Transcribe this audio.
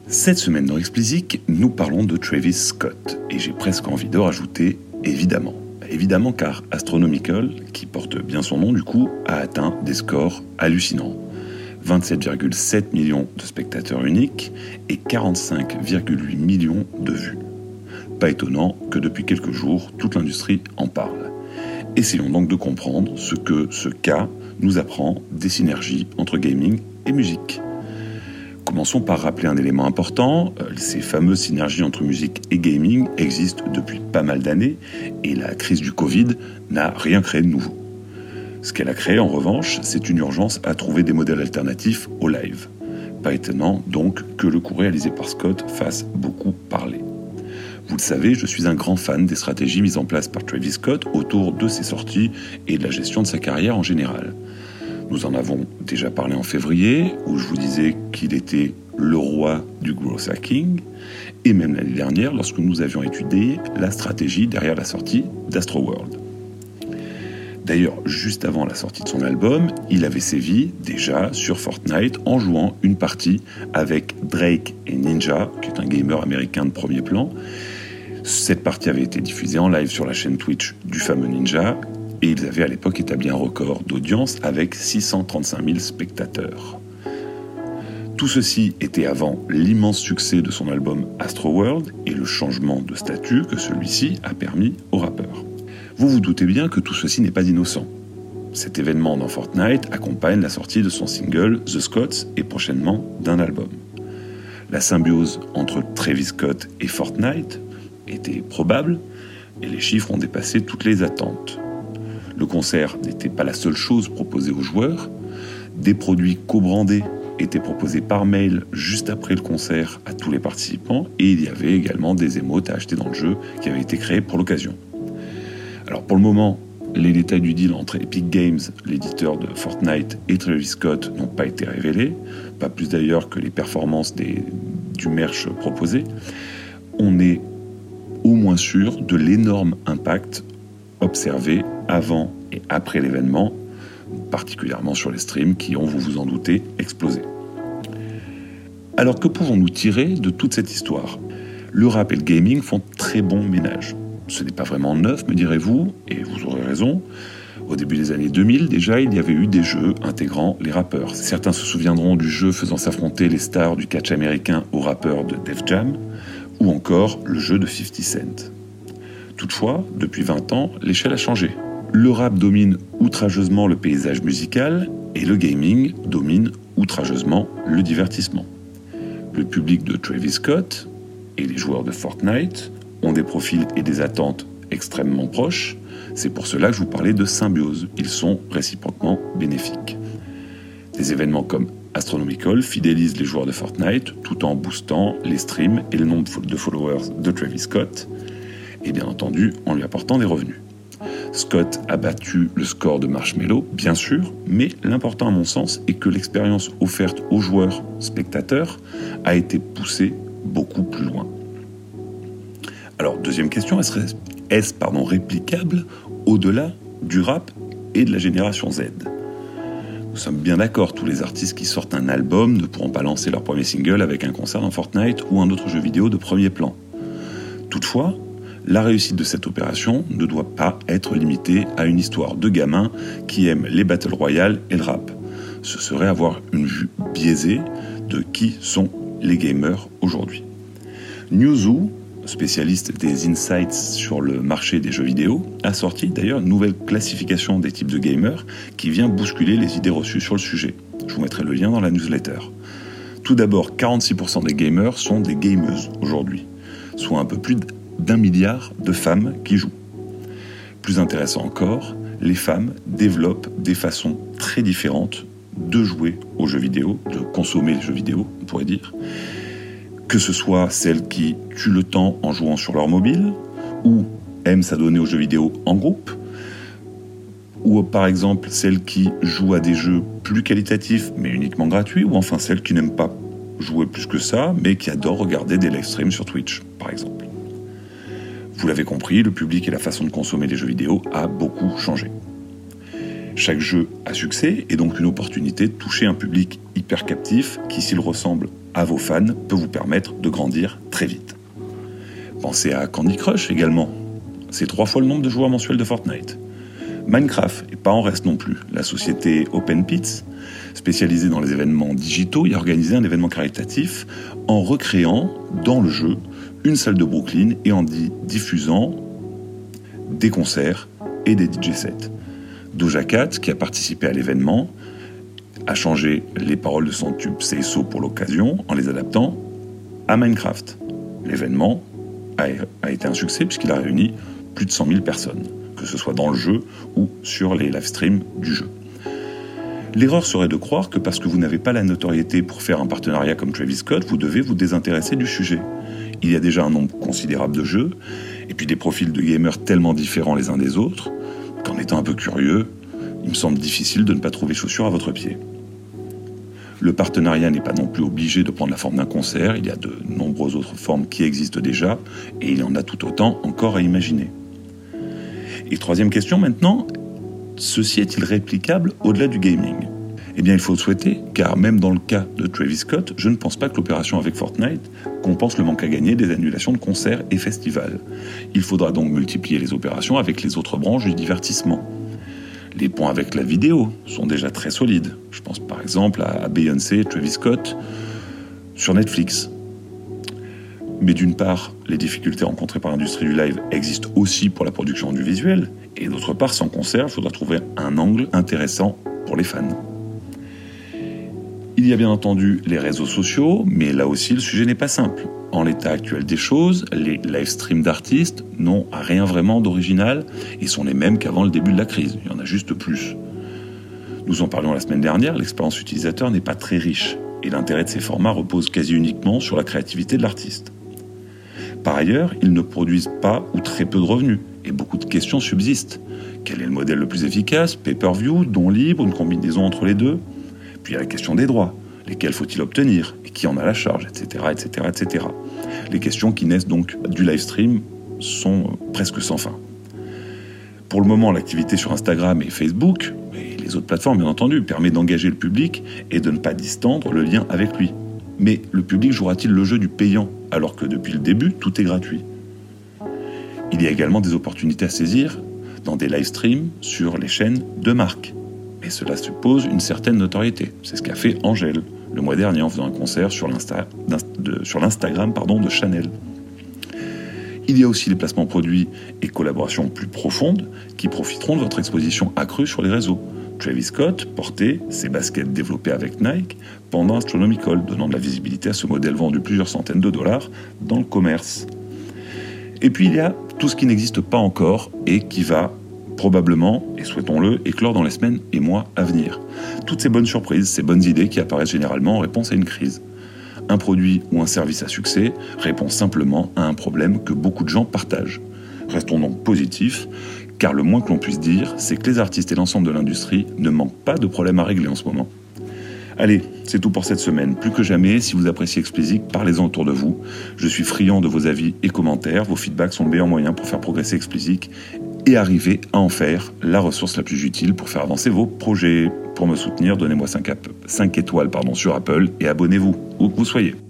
Cette semaine dans Explicit, nous parlons de Travis Scott, et j'ai presque envie de rajouter évidemment. Évidemment car Astronomical, qui porte bien son nom du coup, a atteint des scores hallucinants. 27,7 millions de spectateurs uniques et 45,8 millions de vues. Pas étonnant que depuis quelques jours, toute l'industrie en parle. Essayons donc de comprendre ce que ce cas nous apprend des synergies entre gaming et musique. Commençons par rappeler un élément important, ces fameuses synergies entre musique et gaming existent depuis pas mal d'années et la crise du Covid n'a rien créé de nouveau. Ce qu'elle a créé en revanche, c'est une urgence à trouver des modèles alternatifs au live. Pas étonnant donc que le coup réalisé par Scott fasse beaucoup parler. Vous le savez, je suis un grand fan des stratégies mises en place par Travis Scott autour de ses sorties et de la gestion de sa carrière en général. Nous en avons déjà parlé en février, où je vous disais qu'il était le roi du growth hacking, et même l'année dernière, lorsque nous avions étudié la stratégie derrière la sortie d'Astroworld. D'ailleurs, juste avant la sortie de son album, il avait sévi déjà sur Fortnite en jouant une partie avec Drake et Ninja, qui est un gamer américain de premier plan. Cette partie avait été diffusée en live sur la chaîne Twitch du fameux Ninja, et ils avaient à l'époque établi un record d'audience avec 635 000 spectateurs. Tout ceci était avant l'immense succès de son album Astroworld et le changement de statut que celui-ci a permis au rappeur. Vous vous doutez bien que tout ceci n'est pas innocent. Cet événement dans Fortnite accompagne la sortie de son single The Scotts et prochainement d'un album. La symbiose entre Travis Scott et Fortnite était probable et les chiffres ont dépassé toutes les attentes. Le concert n'était pas la seule chose proposée aux joueurs. Des produits co-brandés étaient proposés par mail juste après le concert à tous les participants et il y avait également des émotes à acheter dans le jeu qui avaient été créés pour l'occasion. Alors pour le moment, les détails du deal entre Epic Games, l'éditeur de Fortnite, et Travis Scott n'ont pas été révélés, pas plus d'ailleurs que les performances du merch proposé. On est au moins sûr de l'énorme impact observé avant et après l'événement, particulièrement sur les streams qui ont, vous vous en doutez, explosé. Alors que pouvons-nous tirer de toute cette histoire ? Le rap et le gaming font très bon ménage. Ce n'est pas vraiment neuf, me direz-vous, et vous aurez raison. Au début des années 2000, déjà, il y avait eu des jeux intégrant les rappeurs. Certains se souviendront du jeu faisant s'affronter les stars du catch américain aux rappeurs de Def Jam, ou encore le jeu de 50 Cent. Toutefois, depuis 20 ans, l'échelle a changé. Le rap domine outrageusement le paysage musical et le gaming domine outrageusement le divertissement. Le public de Travis Scott et les joueurs de Fortnite ont des profils et des attentes extrêmement proches. C'est pour cela que je vous parlais de symbiose. Ils sont réciproquement bénéfiques. Des événements comme Astronomical fidélisent les joueurs de Fortnite tout en boostant les streams et le nombre de followers de Travis Scott et bien entendu en lui apportant des revenus. Scott a battu le score de Marshmello, bien sûr, mais l'important à mon sens est que l'expérience offerte aux joueurs spectateurs a été poussée beaucoup plus loin. Alors, deuxième question, est-ce réplicable au-delà du rap et de la génération Z ? Nous sommes bien d'accord, tous les artistes qui sortent un album ne pourront pas lancer leur premier single avec un concert dans Fortnite ou un autre jeu vidéo de premier plan. Toutefois, la réussite de cette opération ne doit pas être limitée à une histoire de gamins qui aiment les battle royale et le rap. Ce serait avoir une vue biaisée de qui sont les gamers aujourd'hui. Newzoo, spécialiste des insights sur le marché des jeux vidéo, a sorti d'ailleurs une nouvelle classification des types de gamers qui vient bousculer les idées reçues sur le sujet. Je vous mettrai le lien dans la newsletter. Tout d'abord, 46% des gamers sont des gameuses aujourd'hui, soit un peu plus d'1 milliard de femmes qui jouent. Plus intéressant encore, les femmes développent des façons très différentes de jouer aux jeux vidéo, de consommer les jeux vidéo, on pourrait dire. Que ce soit celles qui tuent le temps en jouant sur leur mobile, ou aiment s'adonner aux jeux vidéo en groupe, ou par exemple celles qui jouent à des jeux plus qualitatifs mais uniquement gratuits, ou enfin celles qui n'aiment pas jouer plus que ça, mais qui adorent regarder des live streams sur Twitch, par exemple. Vous l'avez compris, le public et la façon de consommer les jeux vidéo a beaucoup changé. Chaque jeu à succès est donc une opportunité de toucher un public hyper captif qui, s'il ressemble à vos fans, peut vous permettre de grandir très vite. Pensez à Candy Crush également. C'est 3 fois le nombre de joueurs mensuels de Fortnite. Minecraft, et pas en reste non plus. La société Open Pits, spécialisée dans les événements digitaux, y a organisé un événement caritatif en recréant dans le jeu une salle de Brooklyn et en diffusant des concerts et des DJ sets. Doja Cat, qui a participé à l'événement, a changé les paroles de son tube Say So pour l'occasion en les adaptant à Minecraft. L'événement a été un succès puisqu'il a réuni plus de 100 000 personnes, que ce soit dans le jeu ou sur les live streams du jeu. L'erreur serait de croire que parce que vous n'avez pas la notoriété pour faire un partenariat comme Travis Scott, vous devez vous désintéresser du sujet. Il y a déjà un nombre considérable de jeux, et puis des profils de gamers tellement différents les uns des autres, qu'en étant un peu curieux, il me semble difficile de ne pas trouver chaussure à votre pied. Le partenariat n'est pas non plus obligé de prendre la forme d'un concert, il y a de nombreuses autres formes qui existent déjà, et il y en a tout autant encore à imaginer. Et troisième question maintenant, ceci est-il réplicable au-delà du gaming ? Eh bien, il faut le souhaiter, car même dans le cas de Travis Scott, je ne pense pas que l'opération avec Fortnite compense le manque à gagner des annulations de concerts et festivals. Il faudra donc multiplier les opérations avec les autres branches du divertissement. Les points avec la vidéo sont déjà très solides. Je pense par exemple à Beyoncé et Travis Scott sur Netflix. Mais d'une part, les difficultés rencontrées par l'industrie du live existent aussi pour la production du visuel, et d'autre part, sans concert, il faudra trouver un angle intéressant pour les fans. Il y a bien entendu les réseaux sociaux, mais là aussi le sujet n'est pas simple. En l'état actuel des choses, les live streams d'artistes n'ont rien vraiment d'original et sont les mêmes qu'avant le début de la crise. Il y en a juste plus. Nous en parlions la semaine dernière, l'expérience utilisateur n'est pas très riche et l'intérêt de ces formats repose quasi uniquement sur la créativité de l'artiste. Par ailleurs, ils ne produisent pas ou très peu de revenus et beaucoup de questions subsistent. Quel est le modèle le plus efficace ? Pay-per-view, don libre, une combinaison entre les deux ? Puis il y a la question des droits. Lesquels faut-il obtenir ? Et qui en a la charge ? Etc., etc., etc. Les questions qui naissent donc du live stream sont presque sans fin. Pour le moment, l'activité sur Instagram et Facebook, et les autres plateformes bien entendu, permet d'engager le public et de ne pas distendre le lien avec lui. Mais le public jouera-t-il le jeu du payant, alors que depuis le début, tout est gratuit ? Il y a également des opportunités à saisir dans des live streams sur les chaînes de marques. Et cela suppose une certaine notoriété. C'est ce qu'a fait Angèle le mois dernier en faisant un concert sur l'Instagram de Chanel. Il y a aussi les placements produits et collaborations plus profondes qui profiteront de votre exposition accrue sur les réseaux. Travis Scott portait ses baskets développées avec Nike pendant Astronomical, donnant de la visibilité à ce modèle vendu plusieurs centaines de dollars dans le commerce. Et puis il y a tout ce qui n'existe pas encore et qui va probablement, et souhaitons-le, éclore dans les semaines et mois à venir. Toutes ces bonnes surprises, ces bonnes idées qui apparaissent généralement en réponse à une crise. Un produit ou un service à succès répond simplement à un problème que beaucoup de gens partagent. Restons donc positifs, car le moins que l'on puisse dire, c'est que les artistes et l'ensemble de l'industrie ne manquent pas de problèmes à régler en ce moment. Allez, c'est tout pour cette semaine. Plus que jamais, si vous appréciez Explicit, parlez-en autour de vous. Je suis friand de vos avis et commentaires. Vos feedbacks sont le meilleur moyen pour faire progresser Explicit et arriver à en faire la ressource la plus utile pour faire avancer vos projets. Pour me soutenir, donnez-moi 5 étoiles sur Apple et abonnez-vous, où que vous soyez.